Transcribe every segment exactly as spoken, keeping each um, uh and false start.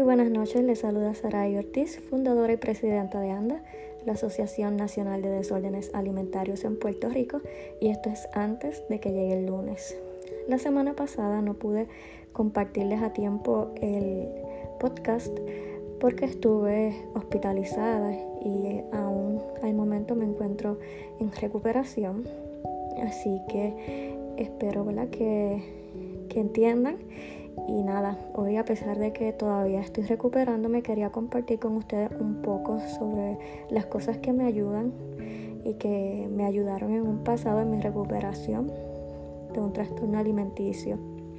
buenas noches, les saluda Saray Ortiz, fundadora y presidenta de ANDA, la Asociación Nacional de Desórdenes Alimentarios en Puerto Rico, y esto es antes de que llegue el lunes. La semana pasada no pude compartirles a tiempo el podcast porque estuve hospitalizada y aún al momento me encuentro en recuperación, así que espero ¿verdad? que, que entiendan. Y nada, hoy a pesar de que todavía estoy recuperándome, quería compartir con ustedes un poco sobre las cosas que me ayudan y que me ayudaron en un pasado en mi recuperación de un trastorno alimenticio.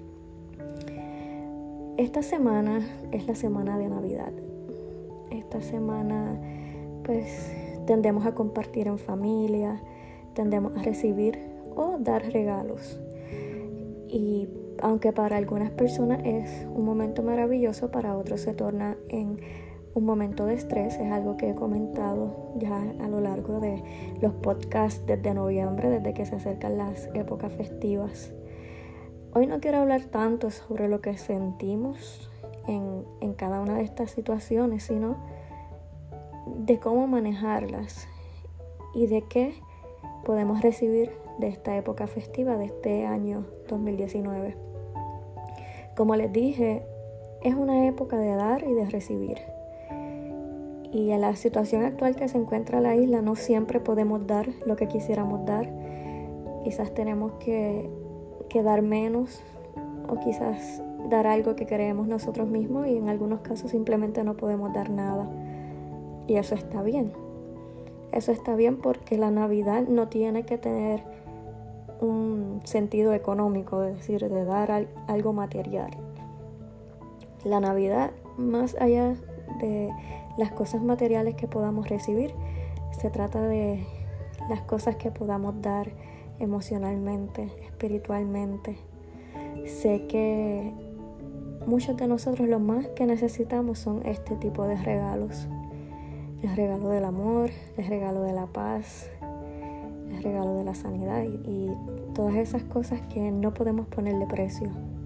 Esta semana es la semana de Navidad. Esta semana pues tendemos a compartir en familia, tendemos a recibir o dar regalos. Y aunque para algunas personas es un momento maravilloso, para otros se torna en un momento de estrés. Es algo que he comentado ya a lo largo de los podcasts desde noviembre, desde que se acercan las épocas festivas. Hoy no quiero hablar tanto sobre lo que sentimos en, en cada una de estas situaciones, sino de cómo manejarlas y de qué podemos recibir de esta época festiva de este año dos mil diecinueve. Como les dije, es una época de dar y de recibir. Y en la situación actual que se encuentra la isla, no siempre podemos dar lo que quisiéramos dar. Quizás tenemos que, que dar menos, o quizás dar algo que queremos nosotros mismos, y en algunos casos simplemente no podemos dar nada. Y eso está bien. Eso está bien porque la Navidad no tiene que tener un sentido económico, es decir, de dar al, algo material. La Navidad, más allá de las cosas materiales que podamos recibir, se trata de las cosas que podamos dar emocionalmente, espiritualmente. Sé que muchos de nosotros lo más que necesitamos son este tipo de regalos. El regalo del amor, el regalo de la paz, el regalo de la sanidad y, y todas esas cosas que no podemos ponerle precio.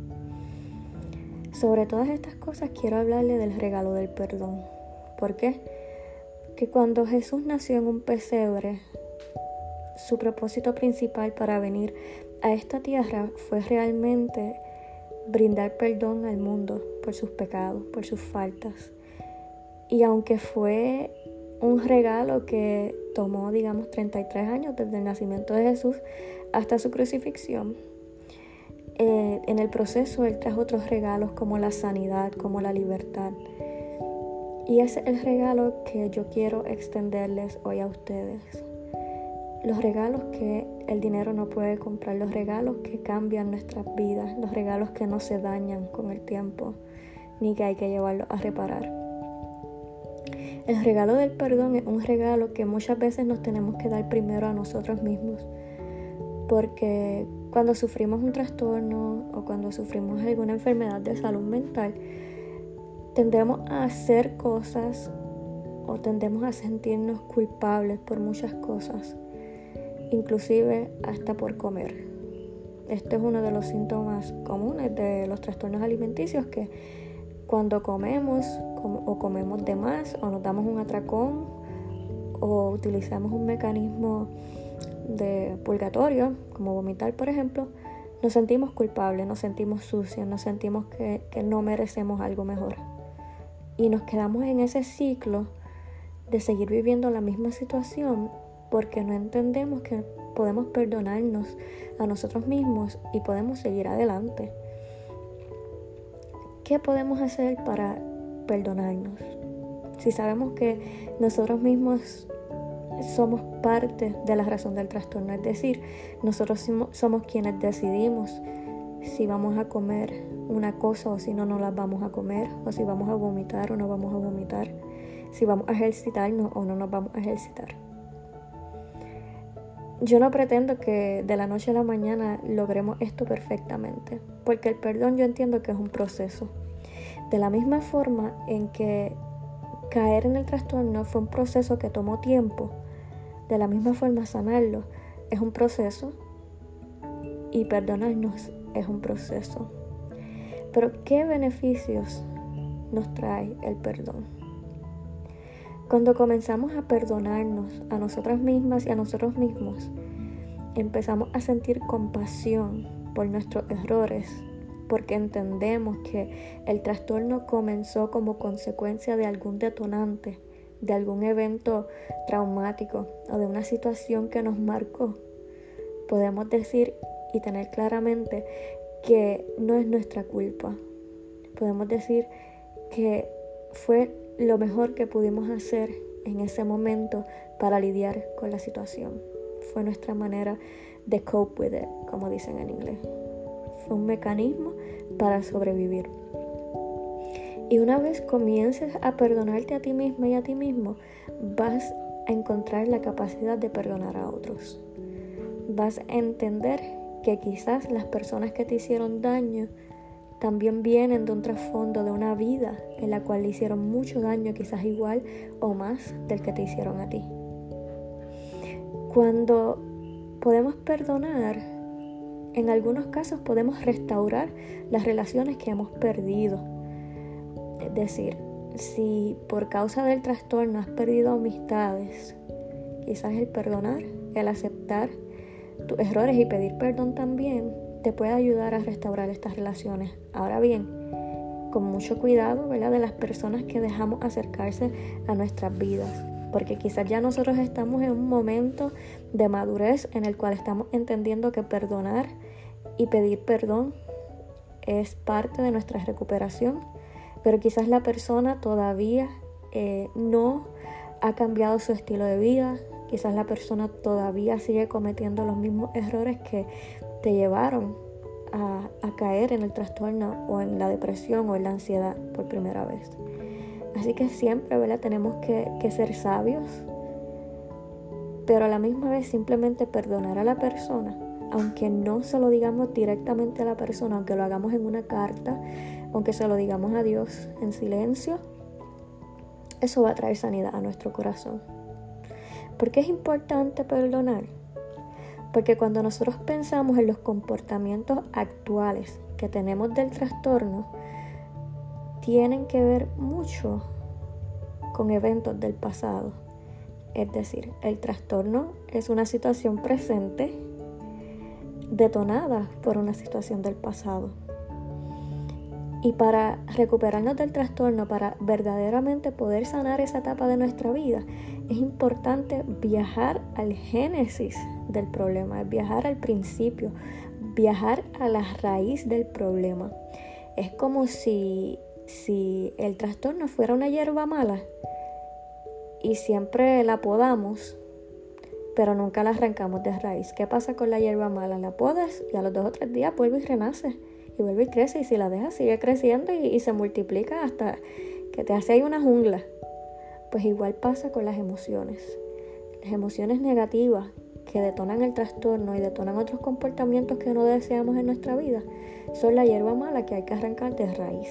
Sobre todas estas cosas quiero hablarle del regalo del perdón. ¿Por qué? Que cuando Jesús nació en un pesebre, su propósito principal para venir a esta tierra fue realmente brindar perdón al mundo por sus pecados, por sus faltas. Y aunque fue un regalo que tomó, digamos, treinta y tres años desde el nacimiento de Jesús hasta su crucifixión, eh, en el proceso Él trajo otros regalos como la sanidad, como la libertad. Y ese es el regalo que yo quiero extenderles hoy a ustedes. Los regalos que el dinero no puede comprar, los regalos que cambian nuestras vidas, los regalos que no se dañan con el tiempo, ni que hay que llevarlos a reparar. El regalo del perdón es un regalo que muchas veces nos tenemos que dar primero a nosotros mismos, porque cuando sufrimos un trastorno o cuando sufrimos alguna enfermedad de salud mental, tendemos a hacer cosas o tendemos a sentirnos culpables por muchas cosas, inclusive hasta por comer. Este es uno de los síntomas comunes de los trastornos alimenticios, que cuando comemos o comemos de más, o nos damos un atracón, o utilizamos un mecanismo de purgatorio, como vomitar por ejemplo, nos sentimos culpables, nos sentimos sucios, nos sentimos que, que no merecemos algo mejor. Y nos quedamos en ese ciclo de seguir viviendo la misma situación porque no entendemos que podemos perdonarnos a nosotros mismos y podemos seguir adelante. ¿Qué podemos hacer para perdonarnos? Si sabemos que nosotros mismos somos parte de la razón del trastorno, es decir, nosotros somos quienes decidimos si vamos a comer una cosa o si no, no las vamos a comer, o si vamos a vomitar o no vamos a vomitar, si vamos a ejercitarnos o no nos vamos a ejercitar. Yo no pretendo que de la noche a la mañana logremos esto perfectamente, porque el perdón yo entiendo que es un proceso. De la misma forma en que caer en el trastorno fue un proceso que tomó tiempo, de la misma forma sanarlo es un proceso y perdonarnos es un proceso. Pero ¿qué beneficios nos trae el perdón. Cuando comenzamos a perdonarnos a nosotras mismas y a nosotros mismos, empezamos a sentir compasión por nuestros errores, porque entendemos que el trastorno comenzó como consecuencia de algún detonante, de algún evento traumático o de una situación que nos marcó. Podemos decir y tener claramente que no es nuestra culpa. Podemos decir que fue lo mejor que pudimos hacer en ese momento para lidiar con la situación. Fue nuestra manera de cope with it, como dicen en inglés. Fue un mecanismo para sobrevivir. Y una vez comiences a perdonarte a ti misma y a ti mismo, vas a encontrar la capacidad de perdonar a otros. Vas a entender que quizás las personas que te hicieron daño también vienen de un trasfondo de una vida en la cual le hicieron mucho daño, quizás igual o más del que te hicieron a ti. Cuando podemos perdonar, en algunos casos podemos restaurar las relaciones que hemos perdido. Es decir, si por causa del trastorno has perdido amistades, quizás el perdonar, el aceptar tus errores y pedir perdón también te puede ayudar a restaurar estas relaciones. Ahora bien, con mucho cuidado, ¿verdad?, de las personas que dejamos acercarse a nuestras vidas, porque quizás ya nosotros estamos en un momento de madurez en el cual estamos entendiendo que perdonar y pedir perdón es parte de nuestra recuperación, pero quizás la persona todavía eh, no ha cambiado su estilo de vida. Quizás la persona todavía sigue cometiendo los mismos errores que te llevaron a, a caer en el trastorno o en la depresión o en la ansiedad por primera vez. Así que siempre, ¿verdad?, tenemos que, que ser sabios, pero a la misma vez simplemente perdonar a la persona, aunque no se lo digamos directamente a la persona, aunque lo hagamos en una carta, aunque se lo digamos a Dios en silencio, eso va a traer sanidad a nuestro corazón. ¿Por qué es importante perdonar? Porque cuando nosotros pensamos en los comportamientos actuales que tenemos del trastorno, tienen que ver mucho con eventos del pasado. Es decir, el trastorno es una situación presente detonada por una situación del pasado. Y para recuperarnos del trastorno, para verdaderamente poder sanar esa etapa de nuestra vida, es importante viajar al génesis del problema, viajar al principio, viajar a la raíz del problema. Es como si, si el trastorno fuera una hierba mala y siempre la podamos, pero nunca la arrancamos de raíz. ¿Qué pasa con la hierba mala? La podas y a los dos o tres días vuelve y renace. Y vuelve y crece, y si la dejas sigue creciendo y, y se multiplica hasta que te hace ahí una jungla. Pues igual pasa con las emociones. Las emociones negativas que detonan el trastorno y detonan otros comportamientos que no deseamos en nuestra vida son la hierba mala que hay que arrancar de raíz.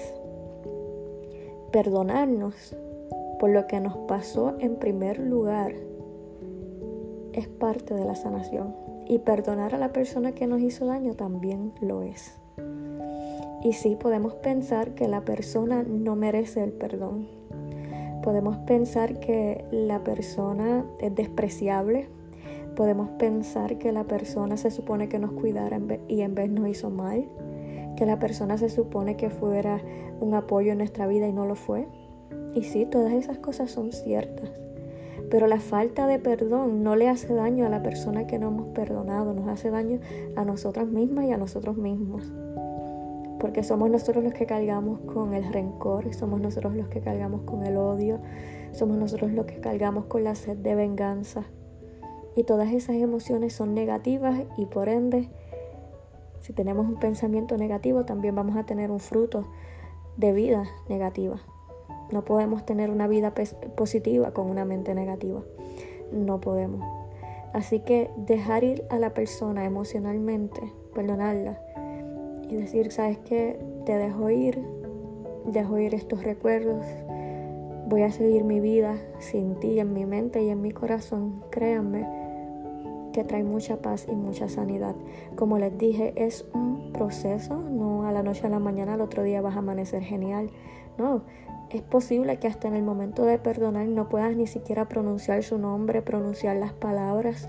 Perdonarnos por lo que nos pasó en primer lugar es parte de la sanación. Y perdonar a la persona que nos hizo daño también lo es. Y sí, podemos pensar que la persona no merece el perdón. Podemos pensar que la persona es despreciable. Podemos pensar que la persona se supone que nos cuidara y en vez nos hizo mal. Que la persona se supone que fuera un apoyo en nuestra vida y no lo fue. Y sí, todas esas cosas son ciertas. Pero la falta de perdón no le hace daño a la persona que no hemos perdonado. Nos hace daño a nosotras mismas y a nosotros mismos. Porque somos nosotros los que cargamos con el rencor, somos nosotros los que cargamos con el odio, somos nosotros los que cargamos con la sed de venganza. Y todas esas emociones son negativas y por ende, si tenemos un pensamiento negativo, también vamos a tener un fruto de vida negativa. No podemos tener una vida positiva con una mente negativa. No podemos. Así que dejar ir a la persona emocionalmente, perdonarla, y decir, ¿sabes qué? Te dejo ir, dejo ir estos recuerdos, voy a seguir mi vida sin ti en mi mente y en mi corazón. Créanme que trae mucha paz y mucha sanidad. Como les dije, es un proceso, no a la noche a la mañana, al otro día vas a amanecer genial. No, Es posible que hasta en el momento de perdonar no puedas ni siquiera pronunciar su nombre, pronunciar las palabras.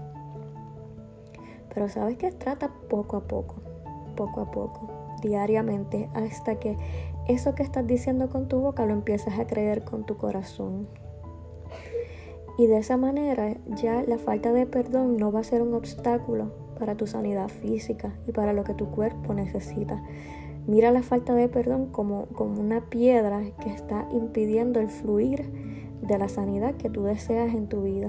Pero sabes que trata poco a poco, poco a poco, diariamente, hasta que eso que estás diciendo con tu boca lo empiezas a creer con tu corazón. Y de esa manera ya la falta de perdón no va a ser un obstáculo para tu sanidad física y para lo que tu cuerpo necesita. Mira la falta de perdón como, como una piedra que está impidiendo el fluir de la sanidad que tú deseas en tu vida.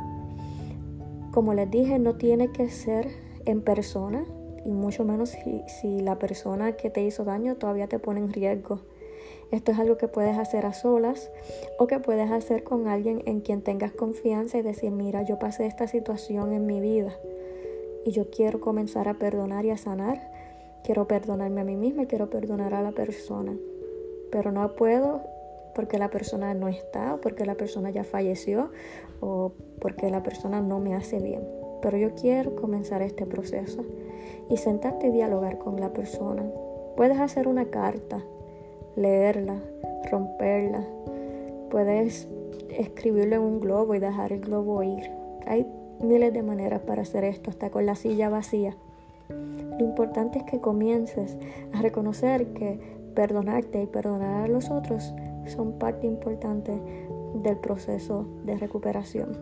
Como les dije, no tiene que ser en persona, y mucho menos si, si la persona que te hizo daño todavía te pone en riesgo. Esto es algo que puedes hacer a solas o que puedes hacer con alguien en quien tengas confianza y decir, mira, yo pasé esta situación en mi vida y yo quiero comenzar a perdonar y a sanar. Quiero perdonarme a mí misma y quiero perdonar a la persona. Pero no puedo porque la persona no está, o porque la persona ya falleció, o porque la persona no me hace bien. Pero yo quiero comenzar este proceso y sentarte y dialogar con la persona. Puedes hacer una carta, leerla, romperla. Puedes escribirlo en un globo y dejar el globo ir. Hay miles de maneras para hacer esto, hasta con la silla vacía. Lo importante es que comiences a reconocer que perdonarte y perdonar a los otros son parte importante del proceso de recuperación.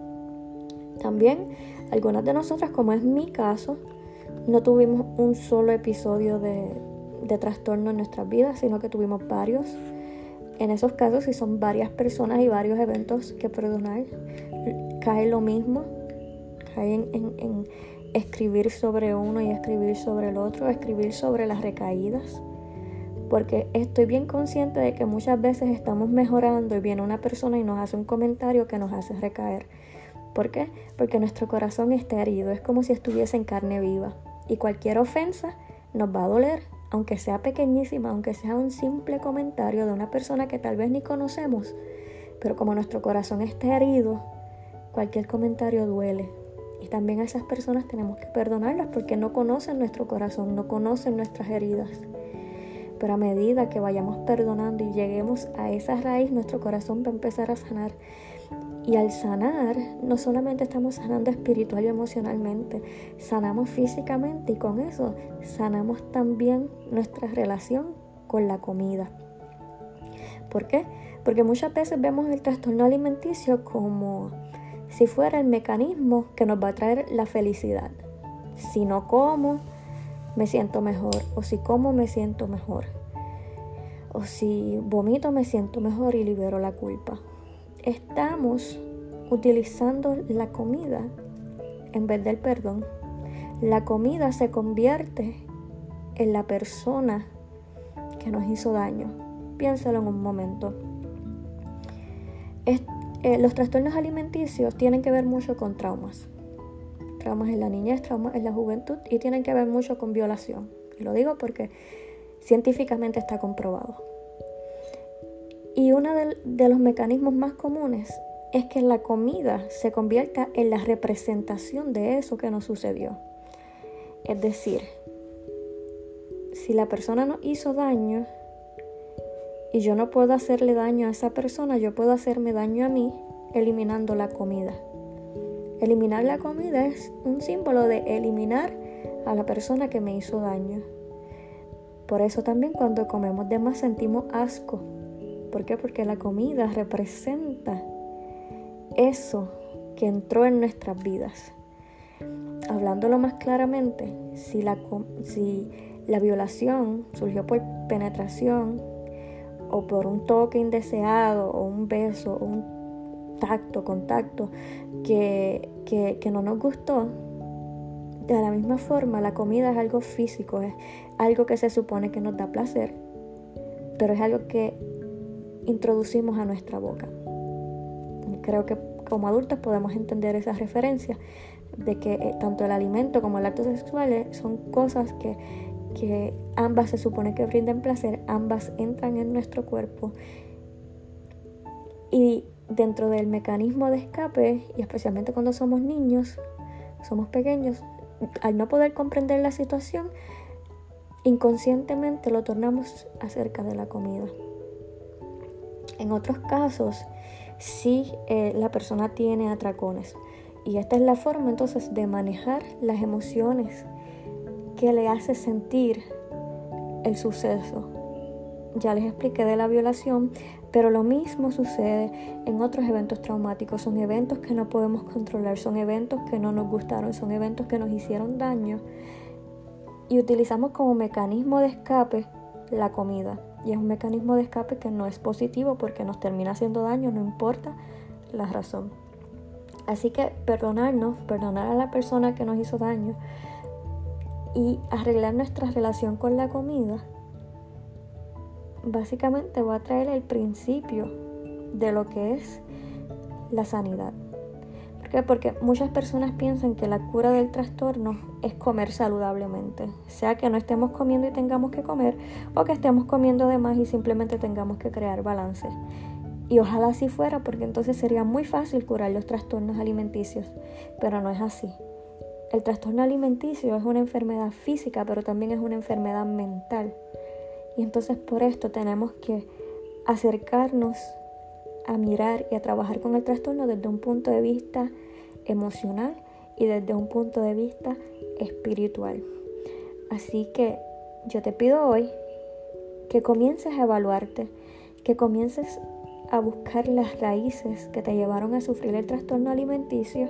También, algunas de nosotras, como es mi caso, no tuvimos un solo episodio de, de trastorno en nuestras vidas, sino que tuvimos varios. En esos casos, si son varias personas y varios eventos que perdonar, cae lo mismo, cae en, en, en escribir sobre uno y escribir sobre el otro, escribir sobre las recaídas. Porque estoy bien consciente de que muchas veces estamos mejorando y viene una persona y nos hace un comentario que nos hace recaer. ¿Por qué? Porque nuestro corazón está herido, es como si estuviese en carne viva. Y cualquier ofensa nos va a doler, aunque sea pequeñísima, aunque sea un simple comentario de una persona que tal vez ni conocemos. Pero como nuestro corazón está herido, cualquier comentario duele. Y también a esas personas tenemos que perdonarlas porque no conocen nuestro corazón, no conocen nuestras heridas. Pero a medida que vayamos perdonando y lleguemos a esa raíz, nuestro corazón va a empezar a sanar. Y al sanar, no solamente estamos sanando espiritual y emocionalmente, sanamos físicamente y con eso sanamos también nuestra relación con la comida. ¿Por qué? Porque muchas veces vemos el trastorno alimenticio como si fuera el mecanismo que nos va a traer la felicidad. Si no como, me siento mejor, o si como, me siento mejor, o si vomito, me siento mejor y libero la culpa. Estamos utilizando la comida en vez del perdón. La comida se convierte en la persona que nos hizo daño. Piénsalo en un momento. Es, eh, los trastornos alimenticios tienen que ver mucho con traumas. Traumas en la niñez, traumas en la juventud y tienen que ver mucho con violación. Y lo digo porque científicamente está comprobado. Y uno de, de los mecanismos más comunes es que la comida se convierta en la representación de eso que nos sucedió. Es decir, si la persona nos hizo daño y yo no puedo hacerle daño a esa persona, yo puedo hacerme daño a mí eliminando la comida. Eliminar la comida es un símbolo de eliminar a la persona que me hizo daño. Por eso también cuando comemos de más sentimos asco. ¿Por qué? Porque la comida representa eso que entró en nuestras vidas. Hablándolo más claramente, si la, si la violación surgió por penetración o por un toque indeseado o un beso o un tacto, contacto que, que, que no nos gustó, de la misma forma la comida es algo físico, es algo que se supone que nos da placer, pero es algo que introducimos a nuestra boca. Creo que como adultos podemos entender esa referencia de que eh, tanto el alimento como el acto sexual son cosas que, que ambas se supone que brinden placer, ambas entran en nuestro cuerpo y dentro del mecanismo de escape, y especialmente cuando somos niños, somos pequeños, al no poder comprender la situación, inconscientemente lo tornamos acerca de la comida. En otros casos, sí eh, la persona tiene atracones. Y esta es la forma entonces de manejar las emociones que le hace sentir el suceso. Ya les expliqué de la violación, pero lo mismo sucede en otros eventos traumáticos. Son eventos que no podemos controlar, son eventos que no nos gustaron, son eventos que nos hicieron daño. Y utilizamos como mecanismo de escape la comida. Y es un mecanismo de escape que no es positivo porque nos termina haciendo daño, no importa la razón. Así que perdonarnos, perdonar a la persona que nos hizo daño y arreglar nuestra relación con la comida, básicamente va a traer el principio de lo que es la sanidad. ¿Por qué? Porque muchas personas piensan que la cura del trastorno es comer saludablemente, sea que no estemos comiendo y tengamos que comer, o que estemos comiendo de más y simplemente tengamos que crear balance. Y ojalá así fuera, porque entonces sería muy fácil curar los trastornos alimenticios, pero no es así. El trastorno alimenticio es una enfermedad física, pero también es una enfermedad mental. Y entonces por esto tenemos que acercarnos a mirar y a trabajar con el trastorno desde un punto de vista emocional y desde un punto de vista espiritual. Así que yo te pido hoy que comiences a evaluarte, que comiences a buscar las raíces que te llevaron a sufrir el trastorno alimenticio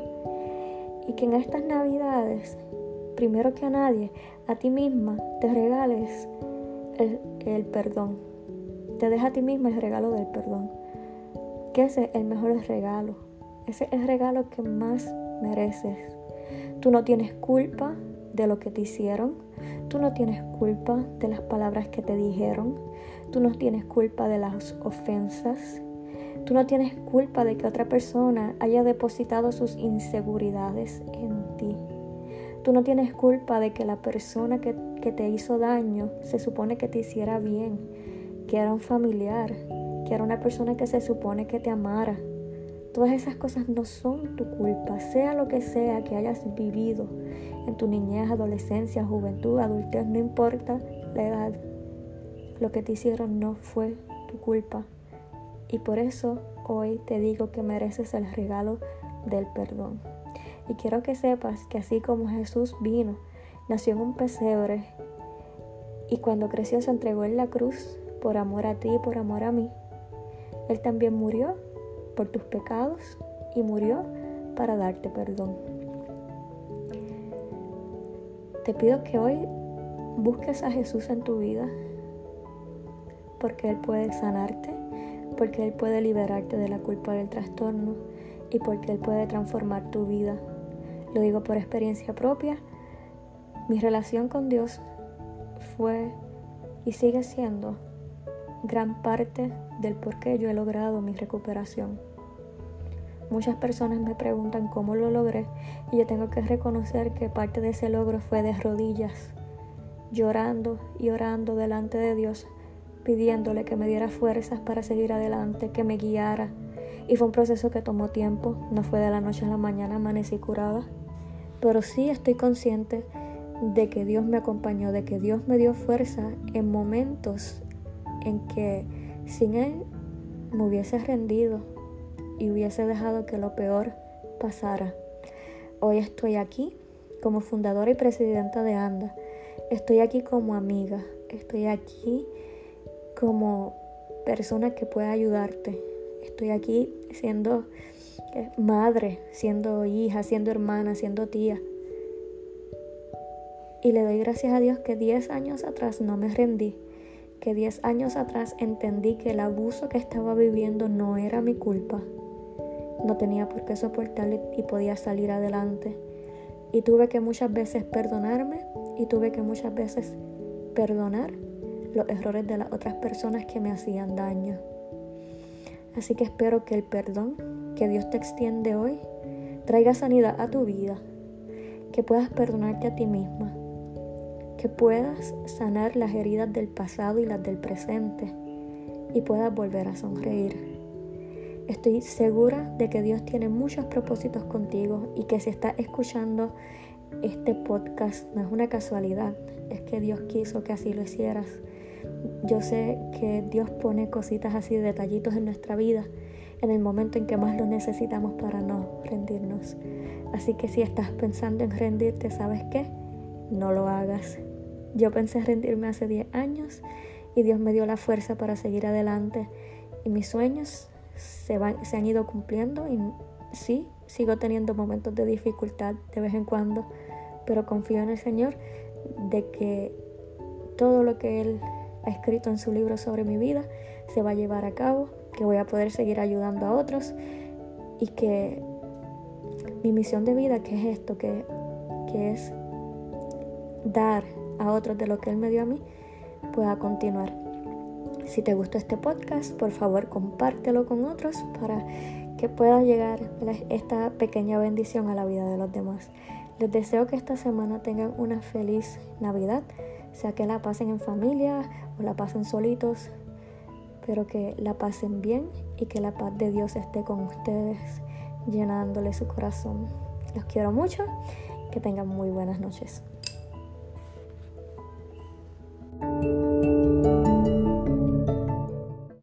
y que en estas Navidades, primero que a nadie, a ti misma te regales el, el perdón. Te deja a ti misma el regalo del perdón. Que ese es el mejor regalo. Ese es el regalo que más mereces. Tú no tienes culpa de lo que te hicieron. Tú no tienes culpa de las palabras que te dijeron. Tú no tienes culpa de las ofensas. Tú no tienes culpa de que otra persona haya depositado sus inseguridades en ti. Tú no tienes culpa de que la persona que, que te hizo daño se supone que te hiciera bien, que era un familiar, que era una persona que se supone que te amara. Todas esas cosas no son tu culpa, sea lo que sea que hayas vivido en tu niñez, adolescencia, juventud, adultez, no importa la edad. Lo que te hicieron no fue tu culpa. Y por eso hoy te digo que mereces el regalo del perdón. Y quiero que sepas que así como Jesús vino, nació en un pesebre y cuando creció se entregó en la cruz por amor a ti y por amor a mí, Él también murió por tus pecados y murió para darte perdón. Te pido que hoy busques a Jesús en tu vida, porque Él puede sanarte, porque Él puede liberarte de la culpa del trastorno y porque Él puede transformar tu vida. Lo digo por experiencia propia. Mi relación con Dios fue y sigue siendo gran parte del por qué yo he logrado mi recuperación. Muchas personas me preguntan cómo lo logré y yo tengo que reconocer que parte de ese logro fue de rodillas, llorando y orando delante de Dios, pidiéndole que me diera fuerzas para seguir adelante, que me guiara. Y fue un proceso que tomó tiempo, no fue de la noche a la mañana, amanecí curada. Pero sí estoy consciente de que Dios me acompañó, de que Dios me dio fuerza en momentos en que sin Él me hubiese rendido y hubiese dejado que lo peor pasara. Hoy estoy aquí como fundadora y presidenta de ANDA. Estoy aquí como amiga, estoy aquí como persona que puede ayudarte. Estoy aquí siendo madre, siendo hija, siendo hermana, siendo tía. Y le doy gracias a Dios que diez años atrás no me rendí, que diez años atrás entendí que el abuso que estaba viviendo no era mi culpa. No tenía por qué soportarlo y podía salir adelante. Y tuve que muchas veces perdonarme y tuve que muchas veces perdonar los errores de las otras personas que me hacían daño. Así que espero que el perdón que Dios te extiende hoy traiga sanidad a tu vida, que puedas perdonarte a ti misma, que puedas sanar las heridas del pasado y las del presente y puedas volver a sonreír. Estoy segura de que Dios tiene muchos propósitos contigo y que si estás escuchando este podcast no es una casualidad, es que Dios quiso que así lo hicieras. Yo sé que Dios pone cositas así, detallitos en nuestra vida en el momento en que más lo necesitamos para no rendirnos. Así que si estás pensando en rendirte, ¿sabes qué? No lo hagas. Yo pensé rendirme hace diez años y Dios me dio la fuerza para seguir adelante. Y mis sueños se, van, se han ido cumpliendo y sí, sigo teniendo momentos de dificultad de vez en cuando, pero confío en el Señor de que todo lo que Él ha escrito en su libro sobre mi vida se va a llevar a cabo, que voy a poder seguir ayudando a otros y que mi misión de vida, que es esto, que, que es dar a otros de lo que Él me dio a mí, pueda continuar. Si te gustó este podcast, por favor compártelo con otros para que pueda llegar esta pequeña bendición a la vida de los demás. Les deseo que esta semana tengan una feliz Navidad, sea que la pasen en familia o la pasen solitos, pero que la pasen bien y que la paz de Dios esté con ustedes, llenándole su corazón. Los quiero mucho, que tengan muy buenas noches.